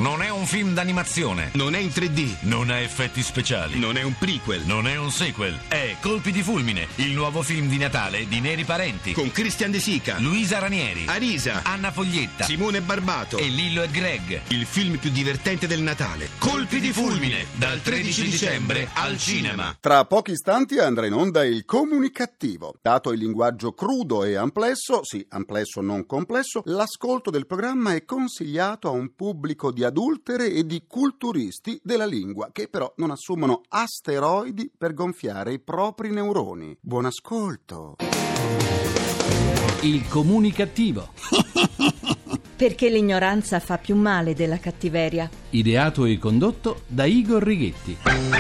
Non è un film d'animazione. Non è in 3D. Non ha effetti speciali. Non è un prequel. Non è un sequel. È Colpi di fulmine, il nuovo film di Natale di Neri Parenti. Con Christian De Sica, Luisa Ranieri, Arisa, Anna Foglietta, Simone Barbato e Lillo e Greg. Il film più divertente del Natale. Colpi di fulmine, dal 13 dicembre al cinema. Tra pochi istanti andrà in onda il Comunicativo. Dato il linguaggio crudo e amplesso, sì, amplesso non complesso, l'ascolto del programma è consigliato a un pubblico di adultere e di culturisti della lingua, che però non assumono asteroidi per gonfiare i propri neuroni. Buon ascolto. Il Comunicativo. Perché l'ignoranza fa più male della cattiveria. Ideato e condotto da Igor Righetti.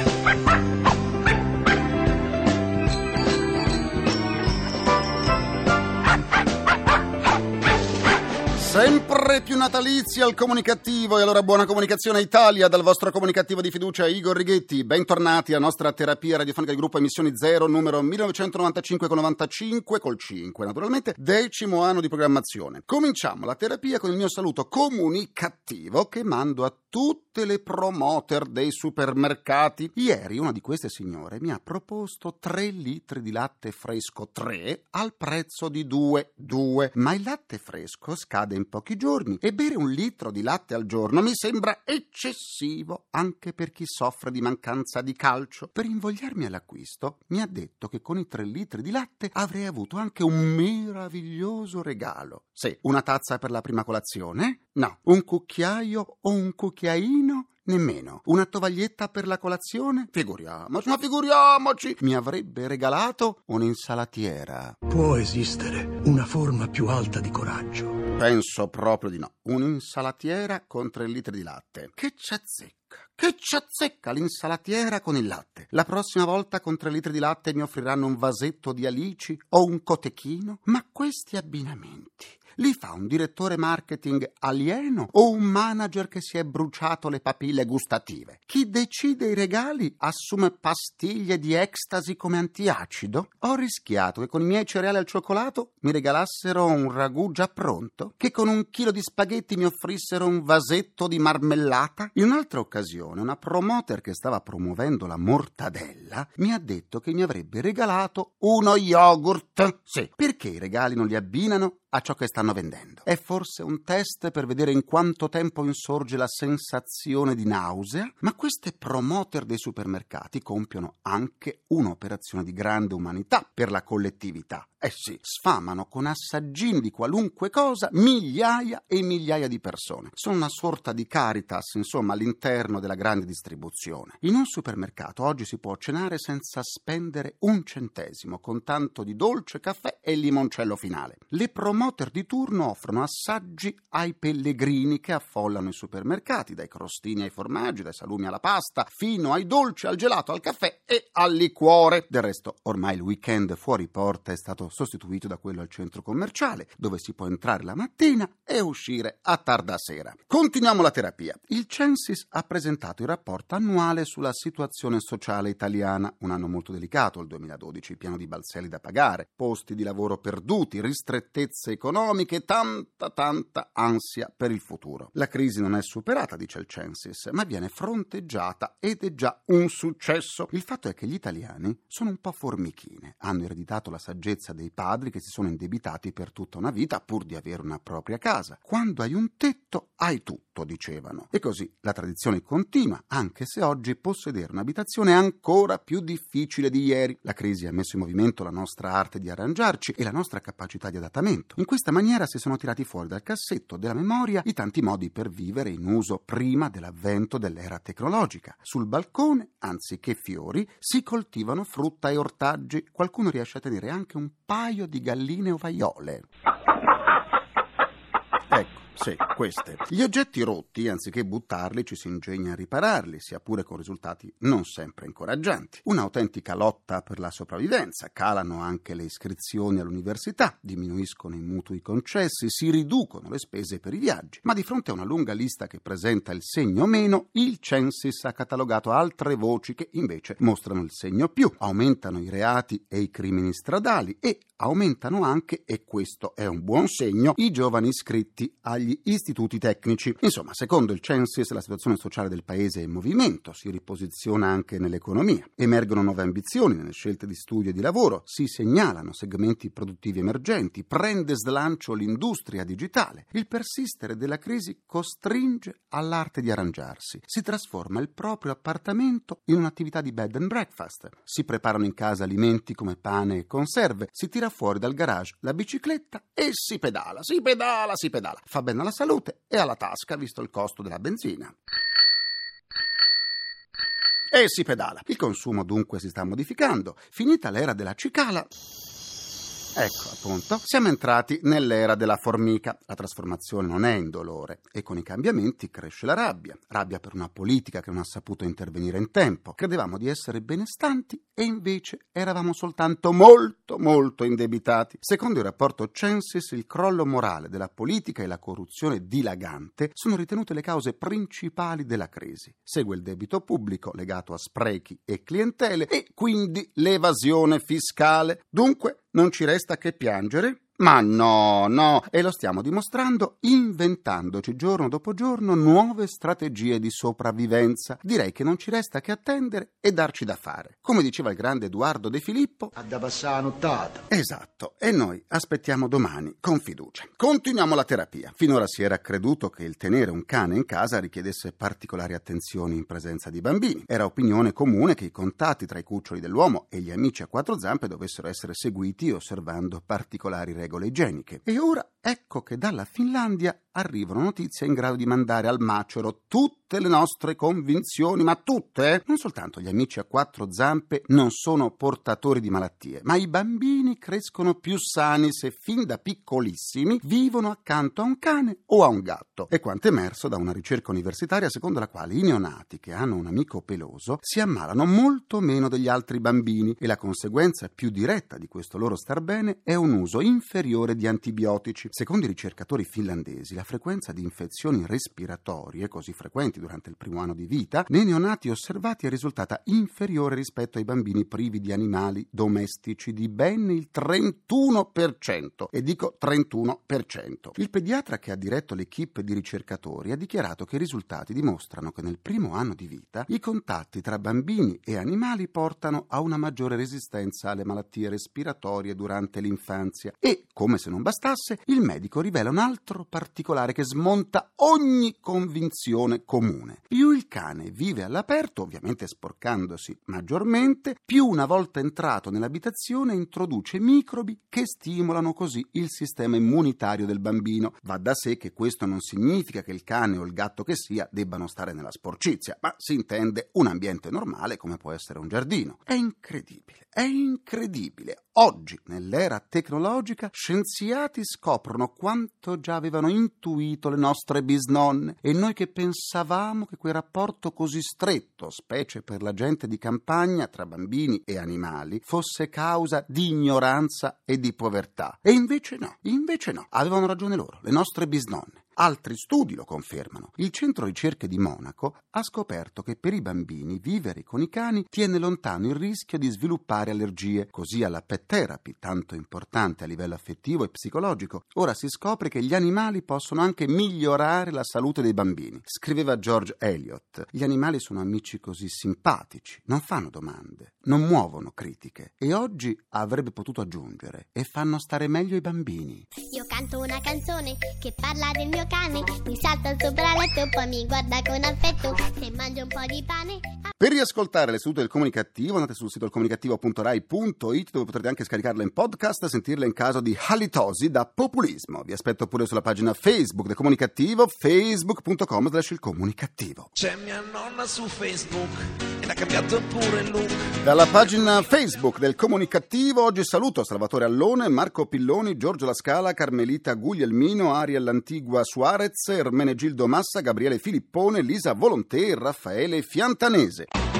Sempre più natalizi al Comunicativo, e allora buona comunicazione Italia dal vostro comunicativo di fiducia Igor Righetti. Bentornati alla nostra terapia radiofonica di gruppo Emissioni Zero, numero 1995/95 col 5, naturalmente, 10° anno di programmazione. Cominciamo la terapia con il mio saluto comunicativo che mando a tutte le promoter dei supermercati. Ieri una di queste signore mi ha proposto 3 litri di latte fresco 3 al prezzo di 2, ma il latte fresco scade in pochi giorni e bere 1 litro di latte al giorno mi sembra eccessivo anche per chi soffre di mancanza di calcio. Per invogliarmi all'acquisto mi ha detto che con i 3 litri di latte avrei avuto anche un meraviglioso regalo. Sì, una tazza per la prima colazione? No. Un cucchiaio o un cucchiaino? Nemmeno. Una tovaglietta per la colazione? Figuriamoci! Mi avrebbe regalato un'insalatiera. Può esistere una forma più alta di coraggio? Penso proprio di no. Un'insalatiera con 3 litri di latte. Che ci azzecca l'insalatiera con il latte. La prossima volta con 3 litri di latte mi offriranno un vasetto di alici o un cotechino? Ma questi abbinamenti li fa un direttore marketing alieno o un manager che si è bruciato le papille gustative? Chi decide i regali assume pastiglie di ecstasy come antiacido? Ho rischiato che con i miei cereali al cioccolato mi regalassero un ragù già pronto? Che con 1 chilo di spaghetti mi offrissero un vasetto di marmellata? In un'altra occasione una promoter che stava promuovendo la mortadella mi ha detto che mi avrebbe regalato uno yogurt. Sì, perché i regali non li abbinano a ciò che stanno vendendo? È forse un test per vedere in quanto tempo insorge la sensazione di nausea? Ma queste promoter dei supermercati compiono anche un'operazione di grande umanità per la collettività. Eh sì, sfamano con assaggini di qualunque cosa migliaia e migliaia di persone. Sono una sorta di Caritas, insomma, all'interno della grande distribuzione. In un supermercato oggi si può cenare senza spendere 1 centesimo, con tanto di dolce, caffè e limoncello finale. Le promoter di turno offrono assaggi ai pellegrini che affollano i supermercati, dai crostini ai formaggi, dai salumi alla pasta, fino ai dolci, al gelato, al caffè e al liquore. Del resto, ormai il weekend fuori porta è stato sostituito da quello al centro commerciale, dove si può entrare la mattina e uscire a tarda sera. Continuiamo la terapia. Il Censis ha presentato il rapporto annuale sulla situazione sociale italiana. Un anno molto delicato, il 2012, pieno di balzelli da pagare, posti di lavoro perduti, ristrettezze economiche, tanta ansia per il futuro. La crisi non è superata, dice il Censis, ma viene fronteggiata ed è già un successo. Il fatto è che gli italiani sono un po' formichine, hanno ereditato la saggezza dei padri che si sono indebitati per tutta una vita pur di avere una propria casa. Quando hai un tetto, hai tutto, dicevano. E così la tradizione continua, anche se oggi possedere un'abitazione è ancora più difficile di ieri. La crisi ha messo in movimento la nostra arte di arrangiarci e la nostra capacità di adattamento. In questa maniera si sono tirati fuori dal cassetto della memoria i tanti modi per vivere in uso prima dell'avvento dell'era tecnologica. Sul balcone, anziché fiori, si coltivano frutta e ortaggi. Qualcuno riesce a tenere anche un paio di galline ovaiole. Ecco. Sì, queste. Gli oggetti rotti, anziché buttarli, ci si ingegna a ripararli, sia pure con risultati non sempre incoraggianti. Un'autentica lotta per la sopravvivenza. Calano anche le iscrizioni all'università, diminuiscono i mutui concessi, si riducono le spese per i viaggi. Ma di fronte a una lunga lista che presenta il segno meno, il Censis ha catalogato altre voci che invece mostrano il segno più. Aumentano i reati e i crimini stradali e aumentano anche, e questo è un buon segno, i giovani iscritti agli agli istituti tecnici. Insomma, secondo il Censis, la situazione sociale del paese è in movimento, si riposiziona anche nell'economia. Emergono nuove ambizioni nelle scelte di studio e di lavoro, si segnalano segmenti produttivi emergenti, prende slancio l'industria digitale. Il persistere della crisi costringe all'arte di arrangiarsi. Si trasforma il proprio appartamento in un'attività di bed and breakfast. Si preparano in casa alimenti come pane e conserve, si tira fuori dal garage la bicicletta e si pedala. Fa bene alla salute e alla tasca, visto il costo della benzina. E si pedala. Il consumo dunque si sta modificando. Finita l'era della cicala, ecco appunto, siamo entrati nell'era della formica. La trasformazione non è indolore e con i cambiamenti cresce la rabbia. Rabbia per una politica che non ha saputo intervenire in tempo. Credevamo di essere benestanti e invece eravamo soltanto molto indebitati. Secondo il rapporto Censis, il crollo morale della politica e la corruzione dilagante sono ritenute le cause principali della crisi. Segue il debito pubblico legato a sprechi e clientele e quindi l'evasione fiscale. Dunque non ci resta che piangere? Ma no, e lo stiamo dimostrando inventandoci giorno dopo giorno nuove strategie di sopravvivenza. Direi che non ci resta che attendere e darci da fare. Come diceva il grande Edoardo De Filippo, Ha da passare la nottata. esatto, e noi aspettiamo domani con fiducia. Continuiamo la terapia. Finora si era creduto che il tenere un cane in casa richiedesse particolari attenzioni in presenza di bambini. Era opinione comune che i contatti tra i cuccioli dell'uomo e gli amici a quattro zampe dovessero essere seguiti osservando particolari regole igieniche. E ora ecco che dalla Finlandia arrivano notizie in grado di mandare al macero tutte le nostre convinzioni, ma tutte, non soltanto gli amici a quattro zampe non sono portatori di malattie, ma i bambini crescono più sani se fin da piccolissimi vivono accanto a un cane o a un gatto. E quanto emerso da una ricerca universitaria secondo la quale i neonati che hanno un amico peloso si ammalano molto meno degli altri bambini e la conseguenza più diretta di questo loro star bene è un uso inferiore di antibiotici. Secondo i ricercatori finlandesi, la frequenza di infezioni respiratorie, così frequenti durante il primo anno di vita, nei neonati osservati è risultata inferiore rispetto ai bambini privi di animali domestici di ben il 31%. E dico 31%. Il pediatra che ha diretto l'equipe di ricercatori ha dichiarato che i risultati dimostrano che nel primo anno di vita i contatti tra bambini e animali portano a una maggiore resistenza alle malattie respiratorie durante l'infanzia. E, come se non bastasse, il medico rivela un altro particolare che smonta ogni convinzione comune. Più il cane vive all'aperto, ovviamente sporcandosi maggiormente, più una volta entrato nell'abitazione introduce microbi che stimolano così il sistema immunitario del bambino. Va da sé che questo non significa che il cane o il gatto che sia debbano stare nella sporcizia, ma si intende un ambiente normale come può essere un giardino. È incredibile. Oggi, nell'era tecnologica, scienziati scoprono quanto già avevano intuito le nostre bisnonne e noi che pensavamo che quel rapporto così stretto, specie per la gente di campagna, tra bambini e animali, fosse causa di ignoranza e di povertà. E invece no, avevano ragione loro, le nostre bisnonne. Altri studi lo confermano. Il centro ricerche di Monaco ha scoperto che per i bambini vivere con i cani tiene lontano il rischio di sviluppare allergie, così alla pet therapy, tanto importante a livello affettivo e psicologico. Ora si scopre che gli animali possono anche migliorare la salute dei bambini. Scriveva George Eliot: gli animali sono amici così simpatici, non fanno domande, non muovono critiche. E oggi avrebbe potuto aggiungere: e fanno stare meglio i bambini. Io canto una canzone che parla del mio cane, mi salta sopra il letto, poi mi guarda con affetto, se mangio un po' di pane. Per riascoltare le sedute del Comunicativo andate sul sito comunicativo.rai.it, dove potrete anche scaricarle in podcast e sentirle in caso di halitosi da populismo. Vi aspetto pure sulla pagina Facebook del Comunicativo, facebook.com/ilcomunicativo. C'è mia nonna su Facebook e l'ha cambiato pure il look. Dalla pagina Facebook del Comunicativo oggi saluto Salvatore Allone, Marco Pilloni, Giorgio La Scala, Carmelita Guglielmino, Ariel Antigua Suarez, Ermenegildo Massa, Gabriele Filippone, Lisa Volontè e Raffaele Fiantanese.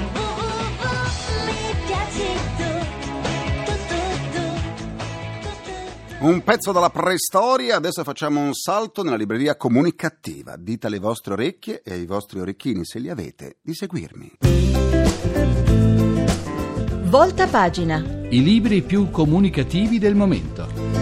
Un pezzo dalla preistoria, adesso facciamo un salto nella libreria comunicativa. Dite alle vostre orecchie e ai vostri orecchini, se li avete, di seguirmi. Volta pagina. I libri più comunicativi del momento.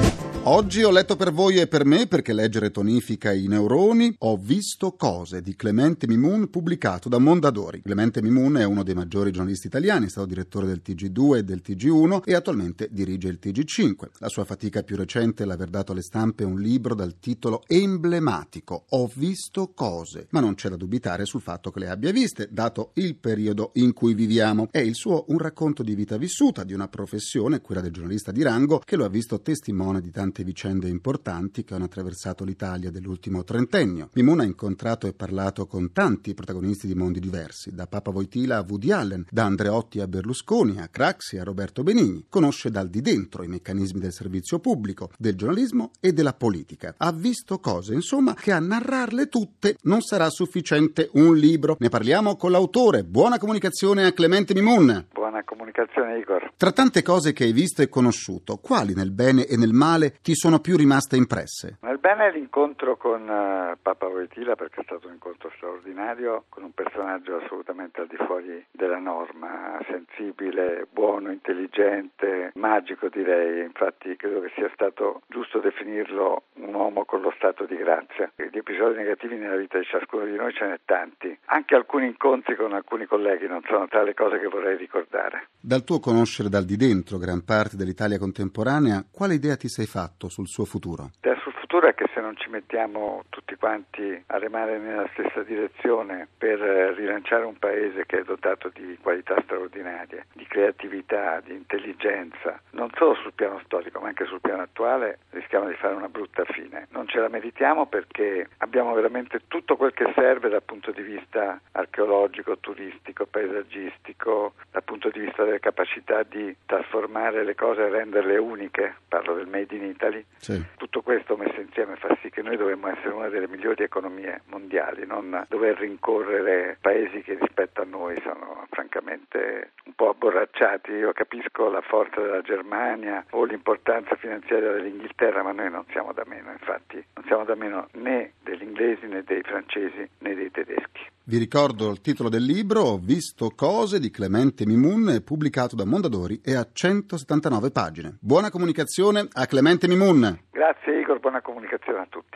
Oggi ho letto per voi e per me, perché leggere tonifica i neuroni, Ho visto cose di Clemente Mimoun, pubblicato da Mondadori. Clemente Mimoun è uno dei maggiori giornalisti italiani, è stato direttore del TG2 e del TG1 e attualmente dirige il TG5. La sua fatica più recente è l'aver dato alle stampe un libro dal titolo emblematico, Ho visto cose, ma non c'è da dubitare sul fatto che le abbia viste, dato il periodo in cui viviamo. È il suo un racconto di vita vissuta, di una professione, quella del giornalista di rango, che lo ha visto testimone di tante vicende importanti che hanno attraversato l'Italia dell'ultimo trentennio. Mimoun ha incontrato e parlato con tanti protagonisti di mondi diversi, da Papa Wojtyla a Woody Allen, da Andreotti a Berlusconi, a Craxi a Roberto Benigni. Conosce dal di dentro i meccanismi del servizio pubblico, del giornalismo e della politica. Ha visto cose, insomma, che a narrarle tutte non sarà sufficiente un libro. Ne parliamo con l'autore. Buona comunicazione a Clemente Mimoun. Buona comunicazione, Igor. Tra tante cose che hai visto e conosciuto, quali nel bene e nel male ti sono più rimaste impresse? Nel bene l'incontro con Papa Wojtyla, perché è stato un incontro straordinario, con un personaggio assolutamente al di fuori della norma, sensibile, buono, intelligente, magico direi. Infatti credo che sia stato giusto definirlo un uomo con lo stato di grazia. Di episodi negativi nella vita di ciascuno di noi ce n'è tanti. Anche alcuni incontri con alcuni colleghi non sono tra le cose che vorrei ricordare. Dal tuo conoscere dal di dentro gran parte dell'Italia contemporanea, quale idea ti sei fatto sul suo futuro? Sul futuro è che se non ci mettiamo tutti quanti a remare nella stessa direzione per rilanciare un paese che è dotato di qualità straordinarie, di creatività, di intelligenza, non solo sul piano storico ma anche sul piano attuale, rischiamo di fare una brutta fine. Non ce la meritiamo perché abbiamo veramente tutto quel che serve dal punto di vista archeologico, turistico, paesaggistico, dal punto di vista delle capacità di trasformare le cose e renderle uniche, parlo del Made in Italy. Sì. Tutto questo messo insieme fa sì che noi dovremmo essere una delle migliori economie mondiali, non dover rincorrere paesi che rispetto a noi sono francamente un po' abborracciati. Io capisco la forza della Germania o l'importanza finanziaria dell'Inghilterra, ma noi non siamo da meno, infatti non siamo da meno né degli inglesi né dei francesi né dei tedeschi. Vi ricordo il titolo del libro, Ho visto cose di Clemente Mimoun, pubblicato da Mondadori e a 179 pagine. Buona comunicazione a Clemente Mimoun. Grazie Igor, buona comunicazione a tutti.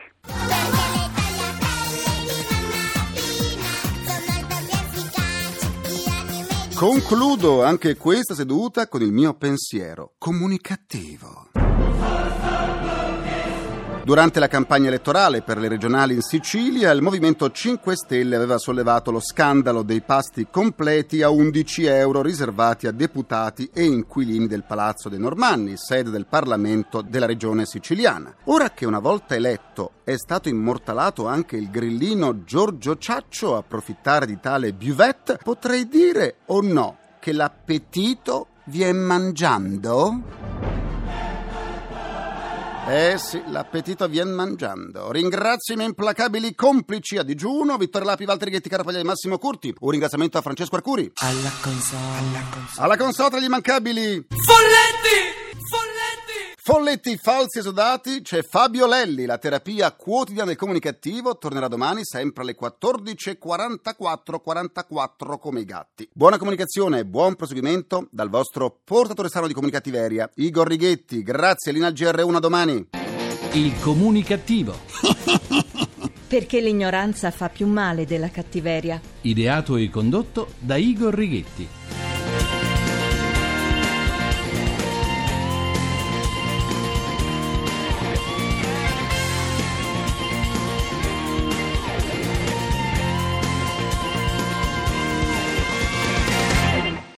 Concludo anche questa seduta con il mio pensiero comunicativo. Durante la campagna elettorale per le regionali in Sicilia, il Movimento 5 Stelle aveva sollevato lo scandalo dei pasti completi a 11 euro riservati a deputati e inquilini del Palazzo dei Normanni, sede del Parlamento della regione siciliana. Ora che una volta eletto è stato immortalato anche il grillino Giorgio Ciaccio, approfittare di tale buvette, potrei dire o no che l'appetito vien mangiando? Sì, l'appetito vien mangiando. Ringrazio i miei implacabili complici a digiuno, Vittorio Lapi, Valtteri Ghetti, Carapaglia e Massimo Curti. Un ringraziamento a Francesco Arcuri. Alla console tra gli immancabili Folletti falsi esodati, c'è Fabio Lelli. La terapia quotidiana del comunicativo tornerà domani sempre alle 14:44 come i gatti. Buona comunicazione e buon proseguimento dal vostro portatore sano di comunicativeria, Igor Righetti. Grazie, linea al GR1, a domani. Il comunicativo. Perché l'ignoranza fa più male della cattiveria. Ideato e condotto da Igor Righetti.